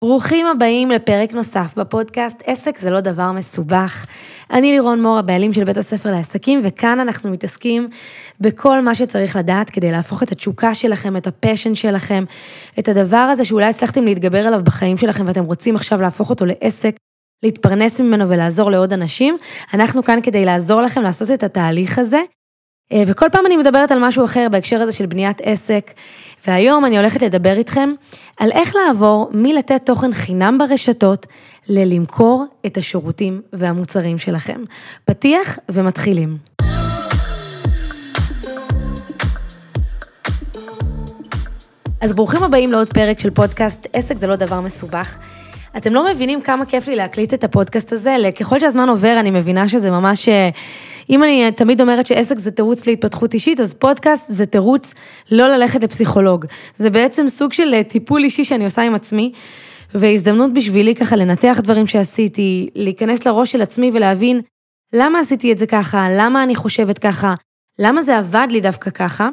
ברוכים הבאים לפרק נוסף בפודקאסט עסק זה לא דבר מסובך. אני לירון מור, הבעלים של בית הספר לעסקים, וכאן אנחנו מתעסקים בכל מה שצריך לדעת כדי להפוך את התשוקה שלכם, את הפשן שלכם, את הדבר הזה שאולי הצלחתם להתגבר עליו בחיים שלכם ואתם רוצים עכשיו להפוך אותו לעסק, להתפרנס ממנו ולעזור לעוד אנשים. אנחנו כאן כדי לעזור לכם לעשות את התהליך הזה. וכל פעם אני מדברת על משהו אחר בהקשר הזה של בניית עסק, והיום אני הולכת לדבר איתכם על איך לעבור מלתת תוכן חינם ברשתות ללמכור את השירותים והמוצרים שלכם. פתיח ומתחילים. אז ברוכים הבאים לעוד פרק של פודקאסט עסק זה לא דבר מסובך. אתם לא מבינים כמה כיף לי להקליט את הפודקאסט הזה, ככל שהזמן עובר אני מבינה שזה ממש, אם אני תמיד אומרת שעסק זה תירוץ להתפתחות אישית, אז פודקאסט זה תירוץ לא ללכת לפסיכולוג. זה בעצם סוג של טיפול אישי שאני עושה עם עצמי, והזדמנות בשבילי ככה לנתח דברים שעשיתי, להיכנס לראש של עצמי ולהבין למה עשיתי את זה ככה, למה אני חושבת ככה, למה זה עבד לי דווקא ככה.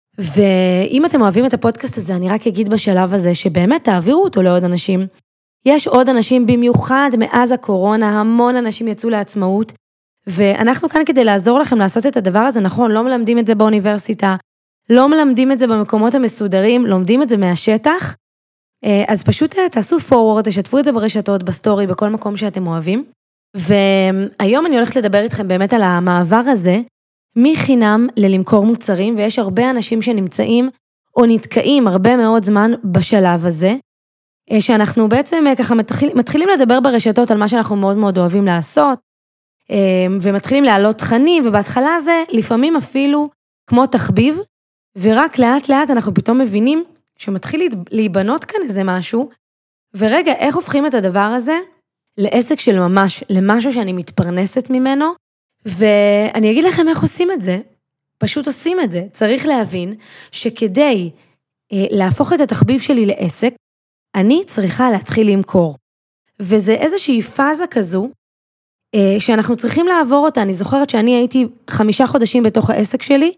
ואם אתם אוהבים את הפודקאסט הזה, אני רק אגיד בשלב הזה שבאמת תעבירו אותו לעוד אנשים. יש עוד אנשים במיוחד מאז הקורונה, המון אנשים יצאו לעצמאות, ואנחנו כאן כדי לעזור לכם לעשות את הדבר הזה נכון, לא מלמדים את זה באוניברסיטה, לא מלמדים את זה במקומות המסודרים, לומדים את זה מהשטח, אז פשוט תעשו פורוורד, תשתפו את זה ברשתות, בסטורי, בכל מקום שאתם אוהבים, והיום אני הולכת לדבר איתכם באמת על המעבר הזה, מחינם ללמכור מוצרים, ויש הרבה אנשים שנמצאים או נתקעים הרבה מאוד זמן בשלב הזה, שאנחנו בעצם ככה מתחילים לדבר ברשתות על מה שאנחנו מאוד מאוד אוהבים לעשות, ומתחילים להעלות תכנים, ובהתחלה זה לפעמים אפילו כמו תחביב, ורק לאט לאט אנחנו פתאום מבינים שמתחיל להיבנות כאן איזה משהו, ורגע, איך הופכים את הדבר הזה לעסק של ממש, למשהו שאני מתפרנסת ממנו, ואני אגיד לכם איך עושים את זה, פשוט עושים את זה, צריך להבין שכדי להפוך את התחביב שלי לעסק, אני צריכה להתחיל למכור, וזה איזושהי פאזה כזו, שאנחנו צריכים לעבור אותה. אני זוכרת שאני הייתי 5 חודשים בתוך העסק שלי,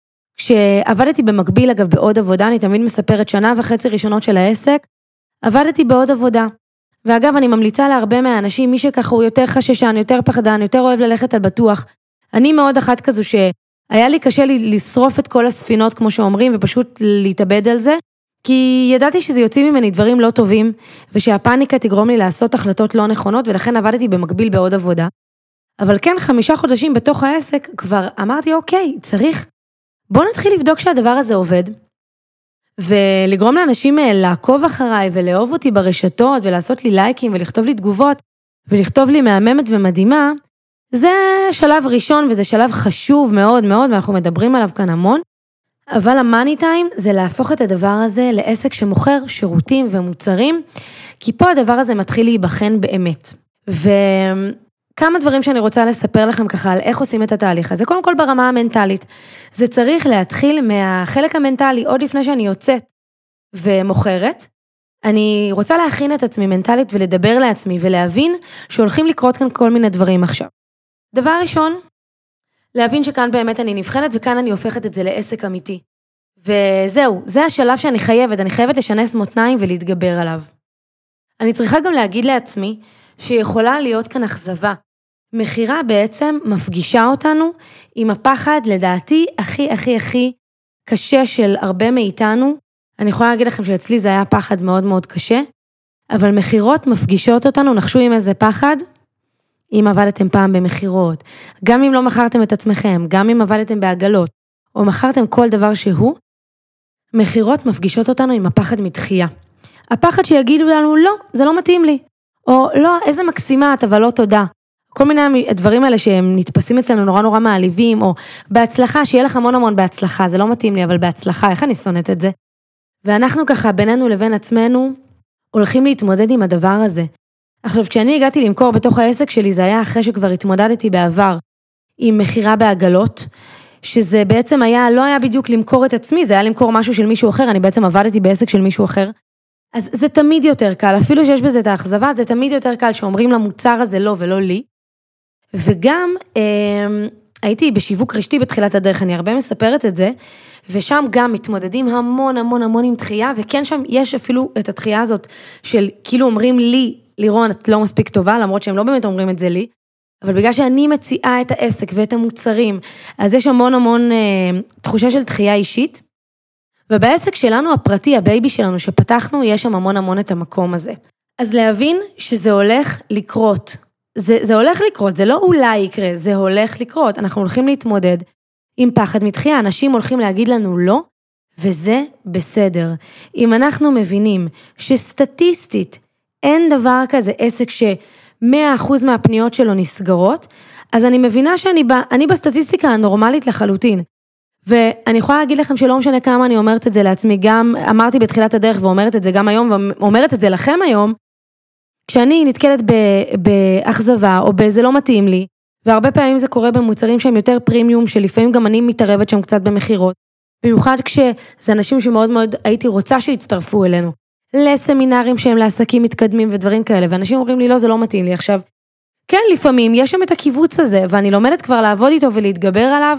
כשעבדתי במקביל אגב בעוד עבודה, אני תמיד מספרת 1.5 ראשונות של העסק, עבדתי בעוד עבודה, ואגב אני ממליצה להרבה מהאנשים, מי שככה הוא יותר חששן, יותר פחדן, יותר אוהב ללכת על בטוח, אני מאוד אחת כזו שהיה לי קשה לשרוף את כל הספינות כמו שאומרים, ופשוט להתאבד על זה, כי ידעתי שזה יוצאים ממני דברים לא טובים, ושהפאניקה תגרום לי לעשות החלטות לא נכונות, ולכן עבדתי במקביל בעוד עבודה. אבל כן, 5 חודשים בתוך העסק, כבר אמרתי, אוקיי, בוא נתחיל לבדוק שהדבר הזה עובד, ולגרום לאנשים לעקוב אחריי, ולאהוב אותי ברשתות, ולעשות לי לייקים, ולכתוב לי תגובות, ולכתוב לי מהממת ומדהימה, זה שלב ראשון, וזה שלב חשוב מאוד מאוד, ואנחנו מדברים עליו כאן המון, אבל המאני טיים זה להפוך את הדבר הזה לעסק שמוכר שירותים ומוצרים, כי פה הדבר הזה מתחיל להיבחן באמת. וכמה דברים שאני רוצה לספר לכם ככה על איך עושים את התהליך הזה. קודם כל ברמה המנטלית. זה צריך להתחיל מהחלק המנטלי, עוד לפני שאני יוצאת ומוכרת. אני רוצה להכין את עצמי מנטלית ולדבר לעצמי ולהבין שהולכים לקרות כאן כל מיני דברים עכשיו. דבר ראשון, להבין שכאן באמת אני נבחנת, וכאן אני הופכת את זה לעסק אמיתי. וזהו, זה השלב שאני חייבת לשנס מותניים ולהתגבר עליו. אני צריכה גם להגיד לעצמי, שיכולה להיות כאן אכזבה. מחירה בעצם מפגישה אותנו עם הפחד, לדעתי, הכי קשה של הרבה מאיתנו. אני יכולה להגיד לכם שאצלי זה היה פחד מאוד מאוד קשה, אבל מחירות מפגישות אותנו, נחשו עם איזה פחד, אם עבדתם פעם במחירות, גם אם לא מכרתם את עצמכם, גם אם עבדתם בעגלות, או מכרתם כל דבר שהוא, מחירות מפגישות אותנו עם הפחד מתחייה. הפחד שיגידו לנו, לא, זה לא מתאים לי, או לא, איזה מקסימה את, אבל לא תודה. כל מיני הדברים האלה שהם נתפסים אצלנו נורא מעליבים, או בהצלחה, שיהיה לך המון בהצלחה, זה לא מתאים לי, אבל בהצלחה, איך אני שונאת את זה? ואנחנו ככה בינינו לבין עצמנו, הולכים להתמודד עם הדבר הזה. עכשיו, כשאני הגעתי למכור בתוך העסק שלי, זה היה אחרי שכבר התמודדתי בעבר עם מחירה בעגלות, שזה בעצם לא היה בדיוק למכור את עצמי, זה היה למכור משהו של מישהו אחר, אני בעצם עבדתי בעסק של מישהו אחר, אז זה תמיד יותר קל, אפילו שיש בזה את האכזבה, זה תמיד יותר קל שאומרים למוצר הזה לא ולא לי, וגם הייתי בשיווק רשתי בתחילת הדרך, אני הרבה מספרת את זה, ושם גם מתמודדים המון המון המון עם דחייה, וכן שם יש אפילו את הדחייה הזאת של כאילו אומרים לי, לירון, את לא מספיק טובה, למרות שהם לא באמת אומרים את זה לי, אבל בגלל שאני מציעה את העסק ואת המוצרים, אז יש המון המון תחושה של דחייה אישית, ובעסק שלנו הפרטי, הבייבי שלנו שפתחנו, יש שם המון המון את המקום הזה. אז להבין שזה הולך לקרות, זה הולך לקרות, זה לא אולי יקרה, זה הולך לקרות, אנחנו הולכים להתמודד עם פחד מדחייה, אנשים הולכים להגיד לנו לא, וזה בסדר. אם אנחנו מבינים שסטטיסטית אין דבר כזה עסק ש100% מהפניות שלו נסגרות, אז אני מבינה שאני בסטטיסטיקה הנורמלית לחלוטין, ואני יכולה להגיד לכם שלא משנה כמה אני אומרת את זה לעצמי, גם אמרתי בתחילת הדרך ואומרת את זה גם היום, ואומרת את זה לכם היום, כשאני נתקלת באכזבה או באיזה לא מתאים לי, והרבה פעמים זה קורה במוצרים שהם יותר פרימיום, שלפעמים גם אני מתערבת שם קצת במחירות, במיוחד כשזה אנשים שמאוד מאוד הייתי רוצה שיצטרפו אלינו, לסמינרים שהם לעסקים מתקדמים ודברים כאלה, ואנשים אומרים לי לא, זה לא מתאים לי עכשיו. כן, לפעמים יש שם את הקיבוץ הזה, ואני לומדת כבר לעבוד איתו ולהתגבר עליו,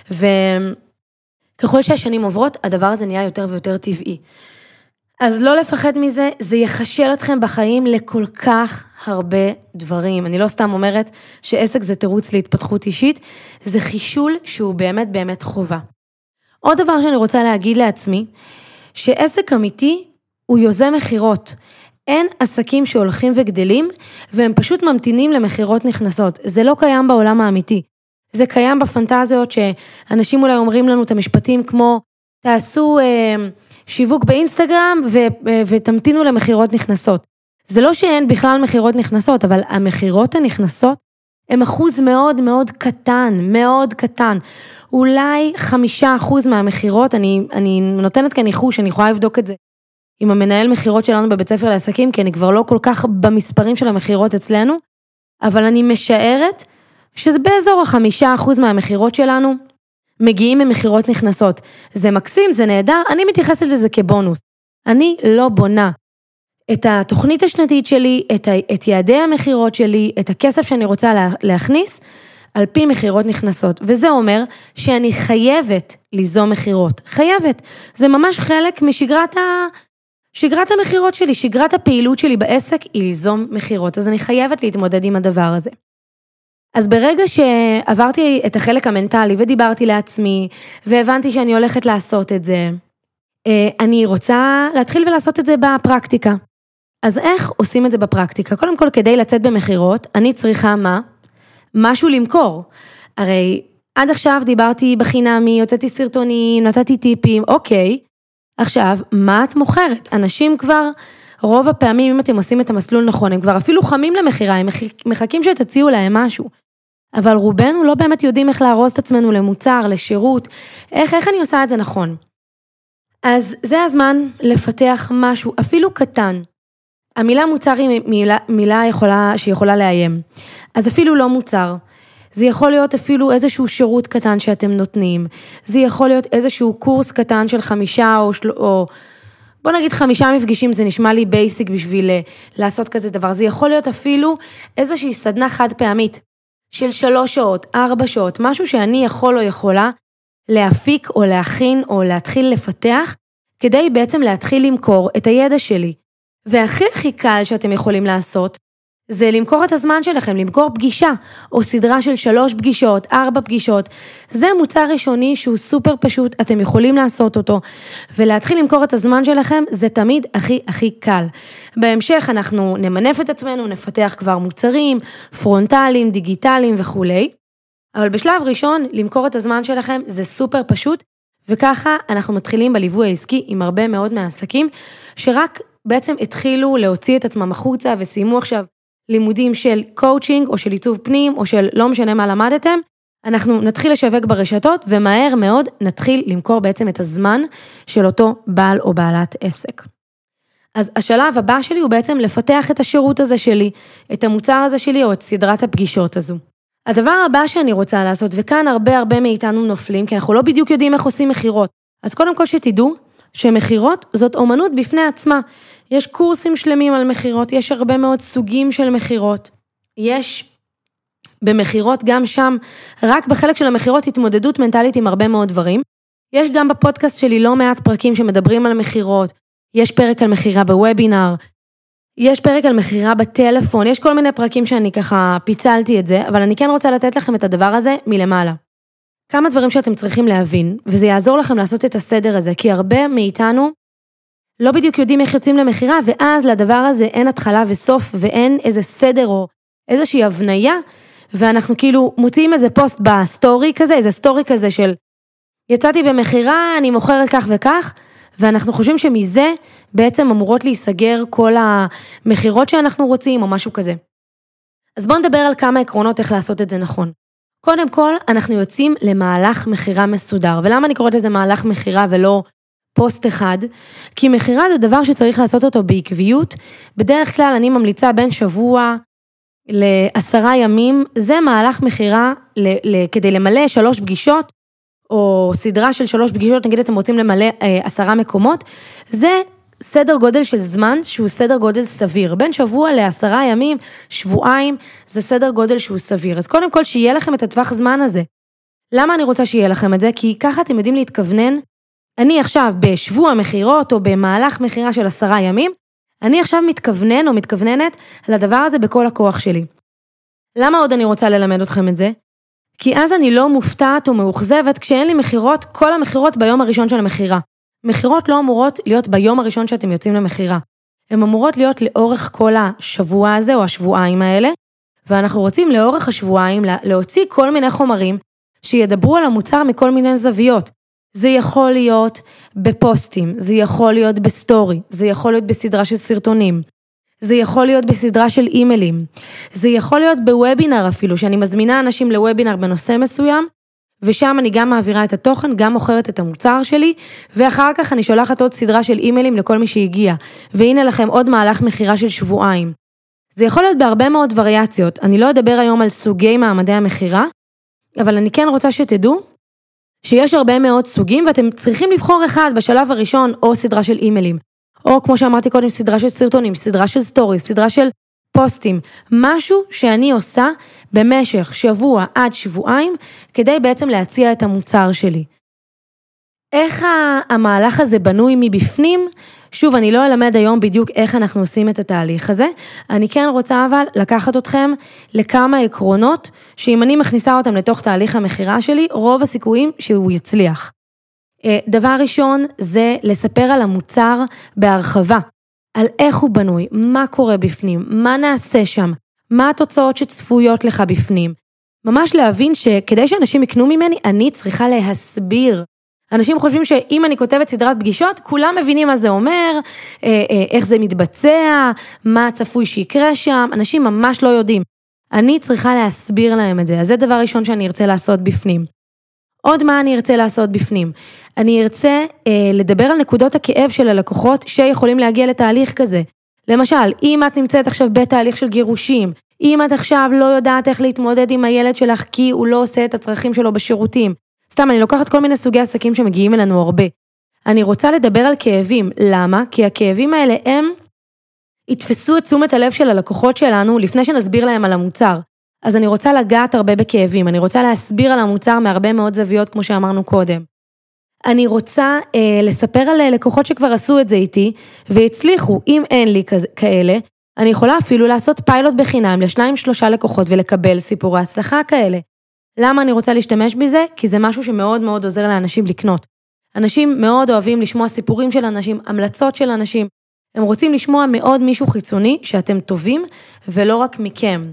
וככל שהשנים עוברות, הדבר הזה נהיה יותר ויותר טבעי. אז לא לפחד מזה, זה יחשל אתכם בחיים לכל כך הרבה דברים. אני לא סתם אומרת שעסק זה תירוץ להתפתחות אישית, זה חישול שהוא באמת באמת חובה. עוד דבר שאני רוצה להגיד לעצמי, שעסק אמיתי הוא יוזם מחירות. אין עסקים שהולכים וגדלים, והם פשוט ממתינים למחירות נכנסות. זה לא קיים בעולם האמיתי. זה קיים בפנטזיות שאנשים אולי אומרים לנו את המשפטים כמו, תעשו שיווק באינסטגרם ותמתינו למחירות נכנסות. זה לא שאין בכלל מחירות נכנסות, אבל המחירות הנכנסות הם אחוז מאוד מאוד קטן, מאוד קטן. אולי 5% מהמחירות, אני נותנת כאן ניחוש, אני יכולה לבדוק את זה עם המנהל מחירות שלנו בבית ספר לעסקים, כי אני כבר לא כל כך במספרים של המחירות אצלנו, אבל אני משערת שזה באזור 5% מהמחירות שלנו, מגיעים ממחירות נכנסות. זה מקסים, זה נהדר, אני מתייחסת לזה כבונוס. אני לא בונה את התוכנית השנתית שלי, את יעדי המחירות שלי, את הכסף שאני רוצה להכניס, על פי מחירות נכנסות. וזה אומר שאני חייבת ליזום מחירות. חייבת. זה ממש חלק שגרת המחירות שלי, שגרת הפעילות שלי בעסק היא ליזום מחירות. אז אני חייבת להתמודד עם הדבר הזה. אז ברגע שעברתי את החלק המנטלי ודיברתי לעצמי, והבנתי שאני הולכת לעשות את זה, אני רוצה להתחיל ולעשות את זה בפרקטיקה. אז איך עושים את זה בפרקטיקה? קודם כל, כדי לצאת במחירות, אני צריכה משהו למכור. הרי עד עכשיו דיברתי בחינמי, הוצאתי סרטונים, נתתי טיפים, אוקיי. עכשיו, מה את מוכרת? אנשים כבר, רוב הפעמים, אם אתם עושים את המסלול נכון, הם כבר אפילו חמים למחירה, הם מחכים שתציעו להם משהו. אבל רובנו לא באמת יודעים איך להרוז את עצמנו למוצר, לשירות, איך אני עושה את זה נכון. אז זה הזמן לפתח משהו, אפילו קטן. המילה מוצר היא מילה שיכולה לאיים. אז אפילו לא מוצר. זה יכול להיות אפילו איזשהו שירות קטן שאתם נותנים. זה יכול להיות איזשהו קורס קטן של 5 או בוא נגיד 5 מפגשים, זה נשמע לי בייסיק בשביל לעשות כזה דבר. זה יכול להיות אפילו איזושהי סדנה חד פעמית של 3 שעות, 4 שעות, משהו שאני יכול או יכולה להפיק או להכין או להתחיל לפתח, כדי בעצם להתחיל למכור את הידע שלי. והכי קל שאתם יכולים לעשות, זה למכור את הזמן שלכם, למכור פגישה, או סדרה של 3 פגישות, 4 פגישות. זה מוצר ראשוני שהוא סופר פשוט, אתם יכולים לעשות אותו, ולהתחיל למכור את הזמן שלכם, זה תמיד הכי קל. בהמשך אנחנו נמנף את עצמנו, נפתח כבר מוצרים, פרונטליים, דיגיטליים וכו'. אבל בשלב ראשון, למכור את הזמן שלכם, זה סופר פשוט, וככה אנחנו מתחילים בליווי העסקי עם הרבה מאוד מהעסקים, שרק בעצם התחילו להוציא את עצמם החוצה, וסיימו עכשיו לימודים של קואוצ'ינג, או של עיצוב פנים, או של לא משנה מה למדתם, אנחנו נתחיל לשווק ברשתות, ומהר מאוד נתחיל למכור בעצם את הזמן של אותו בעל או בעלת עסק. אז השלב הבא שלי הוא בעצם לפתח את השירות הזה שלי, את המוצר הזה שלי, או את סדרת הפגישות הזו. הדבר הבא שאני רוצה לעשות, וכאן הרבה מאיתנו נופלים, כי אנחנו לא בדיוק יודעים איך עושים מחירות. אז קודם כל שתדעו, שמחירות זאת אומנות בפני עצמה. יש קורסים שלמים על מחירות, יש הרבה מאוד סוגים של מחירות. יש במחירות גם שם, רק בחלק של המחירות התמודדות מנטלית עם הרבה מאוד דברים. יש גם בפודקאסט שלי לא מעט פרקים שמדברים על מחירות, יש פרק על מחירה בוובינר, יש פרק על מחירה בטלפון, יש כל מיני פרקים שאני ככה פיצלתי את זה, אבל אני כן רוצה לתת לכם את הדבר הזה מלמעלה. כמה דברים שאתם צריכים להבין, וזה יעזור לכם לעשות את הסדר הזה, כי הרבה מאיתנו לא בדיוק יודעים איך יוצאים למחירה, ואז לדבר הזה אין התחלה וסוף, ואין איזה סדר או איזושהי הבניה, ואנחנו כאילו מוציאים איזה פוסט בסטורי כזה, איזה סטורי כזה של יצאתי במחירה, אני מוכרת כך וכך, ואנחנו חושבים שמזה בעצם אמורות להיסגר כל המחירות שאנחנו רוצים או משהו כזה. אז בואו נדבר על כמה עקרונות איך לעשות את זה נכון. קודם כל, אנחנו יוצאים למהלך מחירה מסודר, ולמה אני קוראת לזה מהלך מחירה ולא פוסט אחד? כי מחירה זה דבר שצריך לעשות אותו בעקביות, בדרך כלל אני ממליצה בין שבוע ל10 ימים, זה מהלך מחירה כדי למלא 3 פגישות, או סדרה של 3 פגישות, נגיד אתם רוצים למלא 10 מקומות, זה סדר גודל של זמן שהוא סדר גודל סביר, בין שבוע ל10 ימים, שבועיים, זה סדר גודל שהוא סביר. אז קודם כל שיהיה לכם את הטווח זמן הזה. למה אני רוצה שיהיה לכם את זה? כי ככה אתם יודעים להתכוונן, אני עכשיו בשבוע מחירות או במהלך מחירה של 10 ימים, אני עכשיו מתכוונן או מתכווננת לדבר הזה בכל הכוח שלי. למה עוד אני רוצה ללמד אתכם את זה? כי אז אני לא מופתעת או מאוכזבת כשאין לי מחירות, כל המחירות ביום הראשון של המחירה. מחירות לא אמורות להיות ביום הראשון שאתם יוצאים למחירה. הן אמורות להיות לאורך כל השבוע הזה או השבועיים האלה, ואנחנו רוצים לאורך השבועיים להוציא כל מיני חומרים שידברו על המוצר מכל מיני זוויות. זה יכול להיות בפוסטים, זה יכול להיות בסטורי, זה יכול להיות בסדרה של סרטונים, זה יכול להיות בסדרה של אימיילים, זה יכול להיות בוובינר אפילו, שאני מזמינה אנשים לוובינר בנושא מסוים, ושם אני גם מעבירה את התוכן, גם מוכרת את המוצר שלי, ואחר כך אני שולחת עוד סדרה של אימיילים לכל מי שהגיע, והנה לכם עוד מהלך מחירה של שבועיים. זה יכול להיות בהרבה מאוד וריאציות, אני לא אדבר היום על סוגי מעמדי המחירה, אבל אני כן רוצה שתדעו, שיש הרבה מאוד סוגים, ואתם צריכים לבחור אחד בשלב הראשון, או סדרה של אימיילים, או כמו שאמרתי קודם, סדרה של סרטונים, סדרה של סטוריס, סדרה של פוסטים, משהו שאני עושה במשך שבוע עד שבועיים, כדי בעצם להציע את המוצר שלי. איך המהלך הזה בנוי מבפנים? שוב, אני לא אלמד היום בדיוק איך אנחנו עושים את התהליך הזה, אני כן רוצה אבל לקחת אתכם לכמה עקרונות, שאם אני מכניסה אותם לתוך תהליך המחירה שלי, רוב הסיכויים שהוא יצליח. דבר ראשון זה לספר על המוצר בהרחבה, על איך הוא בנוי, מה קורה בפנים, מה נעשה שם, מה התוצאות שצפויות לך בפנים. ממש להבין שכדי שאנשים יקנו ממני, אני צריכה להסביר. אנשים חושבים שאם אני כותבת סדרת פגישות, כולם מבינים מה זה אומר, איך זה מתבצע, מה צפוי שיקרה שם, אנשים ממש לא יודעים. אני צריכה להסביר להם את זה, אז זה דבר ראשון שאני ארצה לעשות בפנים. עוד מה אני ארצה לעשות בפנים? אני ארצה לדבר על נקודות הכאב של הלקוחות שיכולים להגיע לתהליך כזה. למשל, אם את נמצאת עכשיו בתהליך של גירושים, אם את עכשיו לא יודעת איך להתמודד עם הילד שלך כי הוא לא עושה את הצרכים שלו בשירותים. סתם, אני לוקחת כל מיני סוגי עסקים שמגיעים אלינו הרבה. אני רוצה לדבר על כאבים. למה? כי הכאבים האלה הם יתפסו את תשומת הלב של הלקוחות שלנו לפני שנסביר להם על המוצר. אז אני רוצה לגעת הרבה בכאבים, אני רוצה להסביר על המוצר מהרבה מאוד זוויות כמו שאמרנו קודם. אני רוצה לספר על לקוחות שכבר עשו את זה איתי והצליחו, אם אין לי כאלה, אני יכולה אפילו לעשות פיילוט בחינם ל2-3 לקוחות ולקבל סיפורי הצלחה כאלה. למה אני רוצה להשתמש בזה? כי זה משהו שמאוד מאוד עוזר לאנשים לקנות. אנשים מאוד אוהבים לשמוע סיפורים של אנשים, המלצות של אנשים. הם רוצים לשמוע מאוד מישהו חיצוני שאתם טובים ולא רק מכם.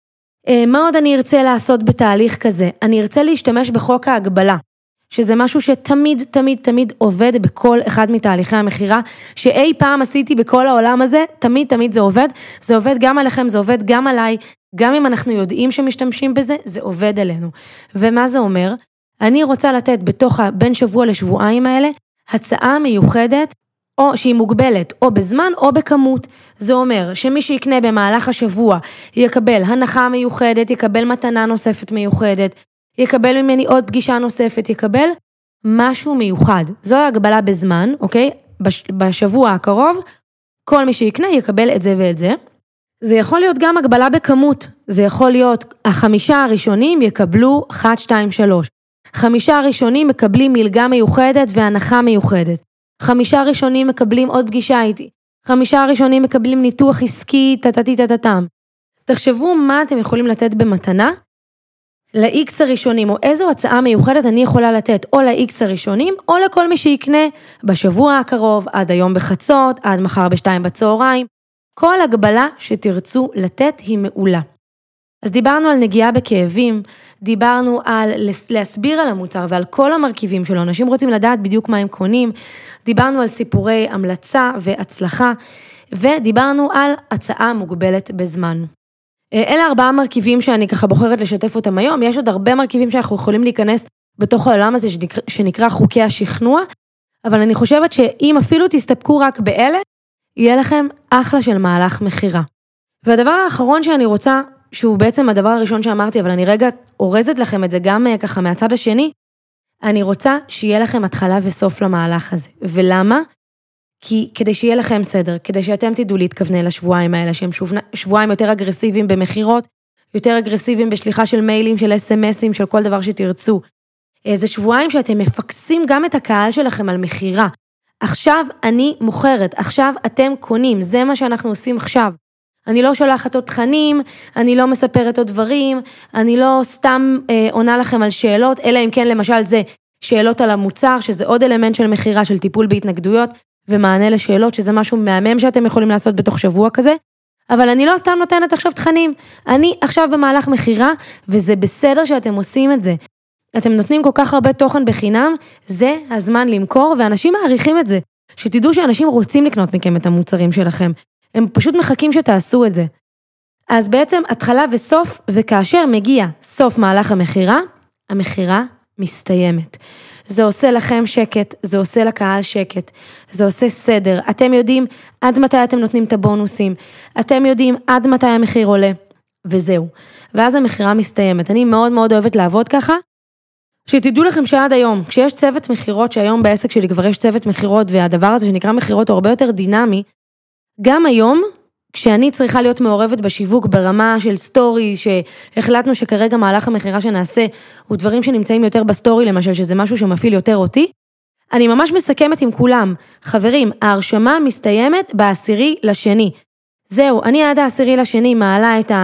מה עוד אני ארצה לעשות בתהליך כזה? אני ארצה להשתמש בחוק ההגבלה, שזה משהו שתמיד, תמיד, תמיד עובד בכל אחד מתהליכי המחירה, שאי פעם עשיתי בכל העולם הזה, תמיד, תמיד זה עובד. זה עובד גם עליכם, זה עובד גם עליי, גם אם אנחנו יודעים שמשתמשים בזה, זה עובד עלינו. ומה זה אומר? אני רוצה לתת בתוך בין שבוע לשבועיים האלה, הצעה מיוחדת, או שהיא מוגבלת, או בזמן או בכמות. זה אומר שמי שיקנה במהלך השבוע יקבל הנחה מיוחדת, יקבל מתנה נוספת מיוחדת, יקבל ממני עוד פגישה נוספת, יקבל משהו מיוחד. זו ההגבלה בזמן, אוקיי? בשבוע הקרוב, כל מי שיקנה יקבל את זה ואת זה. זה יכול להיות גם הגבלה בכמות. זה יכול להיות 5 הראשונים יקבלו 1, 2, 3. 5 הראשונים מקבלים מלגה מיוחדת והנחה מיוחדת. 5 הראשונים מקבלים עוד פגישה איתי. 5 הראשונים מקבלים ניתוח עסקי, טטטטטטם. תחשבו מה אתם יכולים לתת במתנה ל-X הראשונים, או איזו הצעה מיוחדת אני יכולה לתת, או ל-X הראשונים, או לכל מי שיקנה בשבוע הקרוב, עד היום בחצות, עד מחר ב2 בצהריים. כל הגבלה שתרצו לתת היא מעולה. אז דיברנו על נגיעה בכאבים, דיברנו על להסביר על המוצר ועל כל המרכיבים שלו, אנשים רוצים לדעת בדיוק מה הם קונים, דיברנו על סיפורי המלצה והצלחה, ודיברנו על הצעה מוגבלת בזמן. אלה 4 מרכיבים שאני ככה בוחרת לשתף אותם היום, יש עוד הרבה מרכיבים שאנחנו יכולים להיכנס בתוך העולם הזה שנקרא חוקי השכנוע, אבל אני חושבת שאם אפילו תסתפקו רק באלה, יהיה לכם אחלה של מהלך מחירה. והדבר האחרון שאני רוצה, שהוא בעצם הדבר הראשון שאמרתי, אבל אני רגע אורזת לכם את זה גם ככה מהצד השני, אני רוצה שיהיה לכם התחלה וסוף למהלך הזה. ולמה? כי כדי שיהיה לכם סדר, כדי שאתם תדעו להתכוונן לשבועיים האלה, שהם שבועיים יותר אגרסיביים במחירות, יותר אגרסיביים בשליחה של מיילים, של SMSים, של כל דבר שתרצו. זה שבועיים שאתם מפקסים גם את הקהל שלכם על מחירה. עכשיו אני מוכרת, עכשיו אתם קונים, זה מה שאנחנו עושים עכשיו. אני לא שולחת עוד תכנים, אני לא מספרת עוד דברים, אני לא סתם עונה לכם על שאלות, אלא אם כן למשל זה שאלות על המוצר, שזה עוד אלמנט של מחירה, של טיפול בהתנגדויות, ומענה לשאלות, שזה משהו מהמם שאתם יכולים לעשות בתוך שבוע כזה, אבל אני לא סתם נותנת עכשיו תכנים, אני עכשיו במהלך מחירה, וזה בסדר שאתם עושים את זה. אתם נותנים כל כך הרבה תוכן בחינם, זה הזמן למכור, ואנשים מעריכים את זה, שתדעו שאנשים רוצים לקנות מכם את המוצרים שלכם, הם פשוט מחכים שתעשו את זה. אז בעצם התחלה וסוף, וכאשר מגיע סוף מהלך המחירה, המחירה מסתיימת. זה עושה לכם שקט, זה עושה לקהל שקט, זה עושה סדר. אתם יודעים עד מתי אתם נותנים את הבונוסים, אתם יודעים עד מתי המחיר עולה, וזהו. ואז המחירה מסתיימת. אני מאוד מאוד אוהבת לעבוד ככה, שתדעו לכם שעד היום, כשיש צוות מחירות, שהיום בעסק שלי כבר יש צוות מחירות, והדבר הזה שנקרא מחירות הוא הרבה יותר דינמי, גם היום, כשאני צריכה להיות מעורבת בשיווק ברמה של סטורי, שהחלטנו שכרגע מהלך המחירה שנעשה, הוא דברים שנמצאים יותר בסטורי, למשל, שזה משהו שמפעיל יותר אותי, אני ממש מסכמת עם כולם. חברים, ההרשמה מסתיימת ב10/2. זהו, אני עד ה10/2 מעלה את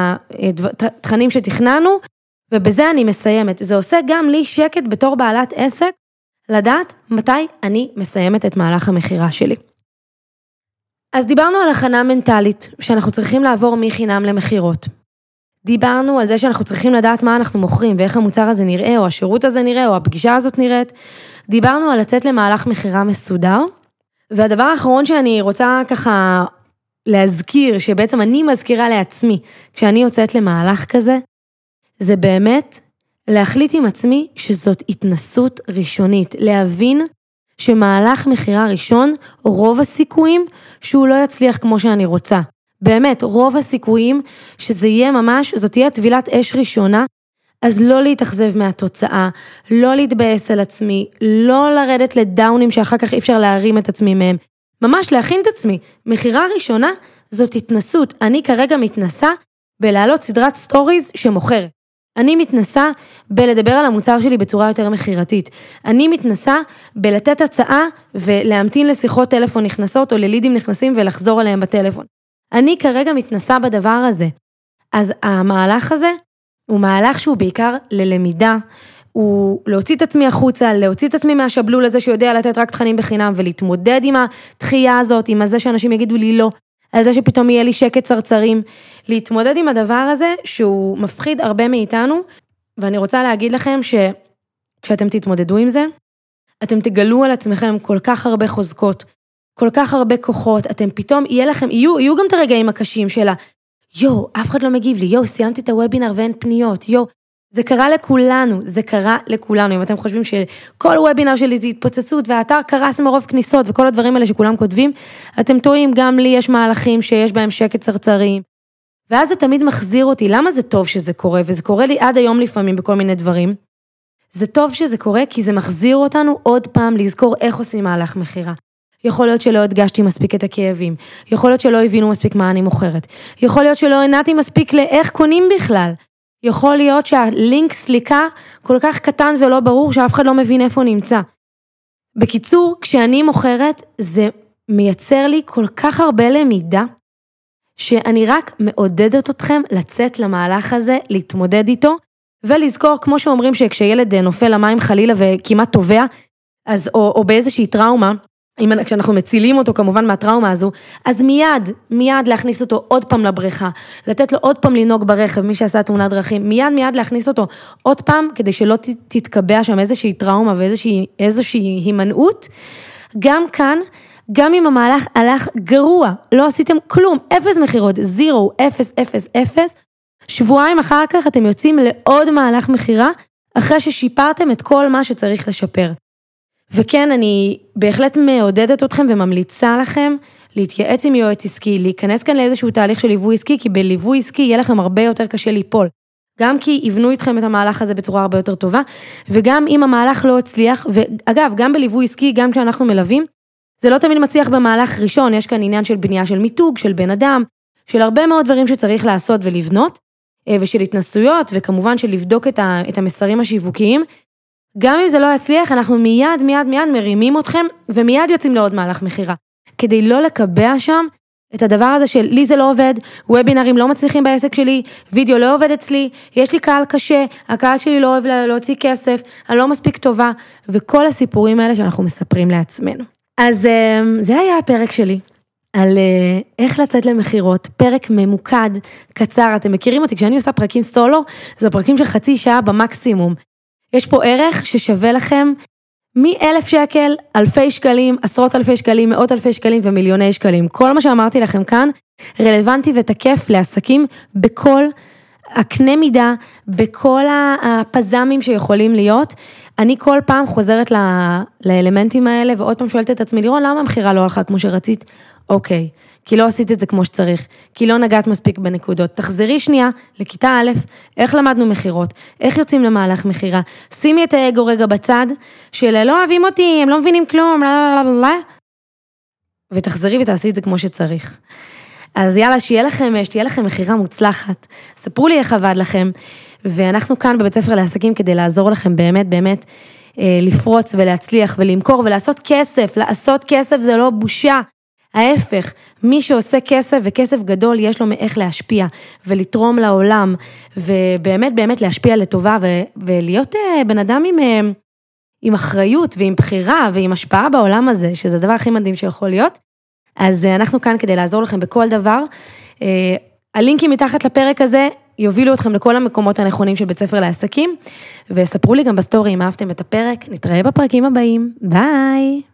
התכנים שתכננו, ובזה אני מסיימת. זה עושה גם לי שקט בתור בעלת עסק, לדעת מתי אני מסיימת את מהלך המחירה שלי. אז דיברנו על הכנה מנטלית, שאנחנו צריכים לעבור מחינם למחירות. דיברנו על זה שאנחנו צריכים לדעת מה אנחנו מוכרים, ואיך המוצר הזה נראה, או השירות הזה נראה, או הפגישה הזאת נראית. דיברנו על לצאת למהלך מחירה מסודר, והדבר האחרון שאני רוצה ככה להזכיר, שבעצם אני מזכירה לעצמי, כשאני יוצאת למהלך כזה, זה באמת להחליט עם עצמי שזאת התנסות ראשונית, להבין שמהלך מחירה ראשון, רוב הסיכויים שהוא לא יצליח כמו שאני רוצה. באמת, רוב הסיכויים שזה יהיה ממש, זאת תהיה טבילת אש ראשונה, אז לא להתאכזב מהתוצאה, לא להתבאס על עצמי, לא לרדת לדאונים שאחר כך אי אפשר להרים את עצמי מהם. ממש להכין את עצמי. מחירה ראשונה זאת התנסות. אני כרגע מתנסה בלהעלות סדרת סטוריז שמוכרת. אני מתנסה בלדבר על המוצר שלי בצורה יותר מחירתית. אני מתנסה בלתת הצעה ולהמתין לשיחות טלפון נכנסות או ללידים נכנסים ולחזור עליהם בטלפון. אני כרגע מתנסה בדבר הזה. אז המהלך הזה הוא מהלך שהוא בעיקר ללמידה, הוא להוציא את עצמי החוצה, להוציא את עצמי מהשבלול הזה שיודע לתת רק תכנים בחינם ולהתמודד עם התחייה הזאת, עם הזה שאנשים יגידו לי לא, על זה שפתאום יהיה לי שקט צרצרים, להתמודד עם הדבר הזה שהוא מפחיד הרבה מאיתנו, ואני רוצה להגיד לכם שכשאתם תתמודדו עם זה, אתם תגלו על עצמכם כל כך הרבה חוזקות, כל כך הרבה כוחות, אתם פתאום, יהיו גם את הרגעים הקשים שלה, אף אחד לא מגיב לי, סיימתי את הוובינר ואין פניות, זה קרה לכולנו, זה קרה לכולנו, אם אתם חושבים שכל וובינר שלי זה התפוצצות, והאתר קרס מרוב כניסות, וכל הדברים האלה שכולם כותבים, אתם טועים, גם לי יש מהלכים שיש בהם שקט צרצרים, ואז זה תמיד מחזיר אותי, למה זה טוב שזה קורה, וזה קורה לי עד היום לפעמים בכל מיני דברים, זה טוב שזה קורה, כי זה מחזיר אותנו עוד פעם לזכור איך עושים מהלך מחירה. יכול להיות שלא הדגשתי מספיק את הכאבים, יכול להיות שלא הבינו מספיק מה אני מוכרת, יכול להיות שלא ענתי מספיק לאיך קונים בכלל, יכול להיות שהלינק סליקה כל כך קטן ולא ברור שאף אחד לא מבין איפה נמצא. בקיצור, כשאני מוכרת, זה מייצר לי כל כך הרבה למידה, שאני רק מעודדת אתכם לצאת למהלך הזה, להתמודד איתו, ולזכור, כמו שאומרים שכשילד נופל למים חלילה וכמעט טובע, אז, או באיזושהי טראומה, כשאנחנו מצילים אותו כמובן מהטראומה הזו, אז מיד להכניס אותו עוד פעם לבריכה, לתת לו עוד פעם לנהוג ברכב, מי שעשה תאונת דרכים, מיד להכניס אותו עוד פעם, כדי שלא תתקבע שם איזושהי טראומה ואיזושהי הימנעות. גם כאן, גם אם המהלך הלך גרוע, לא עשיתם כלום, 0 מחירות, 0, 0, 0, 0, שבועיים אחר כך אתם יוצאים לעוד מהלך מחירה, אחרי ששיפרתם את כל מה שצריך לשפר. וכן, אני בהחלט מעודדת אתכם וממליצה לכם להתייעץ עם יועץ עסקי, להיכנס כאן לאיזשהו תהליך של ליווי עסקי, כי בליווי עסקי יהיה לכם הרבה יותר קשה ליפול. גם כי יבנו איתכם את המהלך הזה בצורה הרבה יותר טובה, וגם אם המהלך לא הצליח, ואגב, גם בליווי עסקי, גם כשאנחנו מלווים, זה לא תמיד מצליח במהלך ראשון, יש כאן עניין של בנייה של מיתוג, של בן אדם, של הרבה מאוד דברים שצריך לעשות ולבנות, ושל התנסויות, וכמובן של לבדוק את המסרים השיווקיים. גם אם זה לא יצליח, אנחנו מיד מרימים אתכם, ומיד יוצאים לעוד מהלך מחירה, כדי לא לקבע שם את הדבר הזה של לי זה לא עובד, וובינרים לא מצליחים בעסק שלי, וידאו לא עובד אצלי, יש לי קהל קשה, הקהל שלי לא אוהב להוציא כסף, אני לא מספיק טובה, וכל הסיפורים האלה שאנחנו מספרים לעצמנו. אז זה היה הפרק שלי, על איך לצאת למחירות, פרק ממוקד, קצר, אתם מכירים אותי, כשאני עושה פרקים סולו, זה פרקים של חצי שעה במקסימום. יש פה ערך ששווה לכם מ1,000 שקל, אלפי שקלים, עשרות אלפי שקלים, מאות אלפי שקלים ומיליוני שקלים. כל מה שאמרתי לכם כאן רלוונטי ותקף לעסקים בכל הקנה מידה, בכל הפזמים שיכולים להיות. אני כל פעם חוזרת לאלמנטים האלה ועוד פעם שואלת את עצמי, לירון, למה המחירה לא הלכה כמו שרצית? אוקיי, כי לא עשית את זה כמו שצריך, כי לא נגעת מספיק בנקודות. תחזרי שנייה לכיתה א', איך למדנו מחירות, איך יוצאים למהלך מחירה, שימי את האגו רגע בצד, של לא אוהבים אותי, הם לא מבינים כלום, ותחזרי ותעשי את זה כמו שצריך. אז יאללה, שתהיה לכם מחירה מוצלחת, ספרו לי איך עבד לכם, ואנחנו כאן בבית ספר לעסקים כדי לעזור לכם באמת לפרוץ ולהצליח ולמכור ולעשות כסף. לעשות כסף זה לא בושה, ההפך, מי שעושה כסף גדול יש לו מאיך להשפיע ולתרום לעולם, ובאמת להשפיע לטובה ולהיות בן אדם עם אחריות ועם בחירה ועם השפעה בעולם הזה, שזה הדבר הכי מדהים שיכול להיות. אז אנחנו כאן כדי לעזור לכם בכל דבר. הלינקים מתחת לפרק הזה יובילו אתכם לכל המקומות הנכונים של בית ספר לעסקים, וספרו לי גם בסטורי אם אהבתם את הפרק. נתראה בפרקים הבאים, ביי.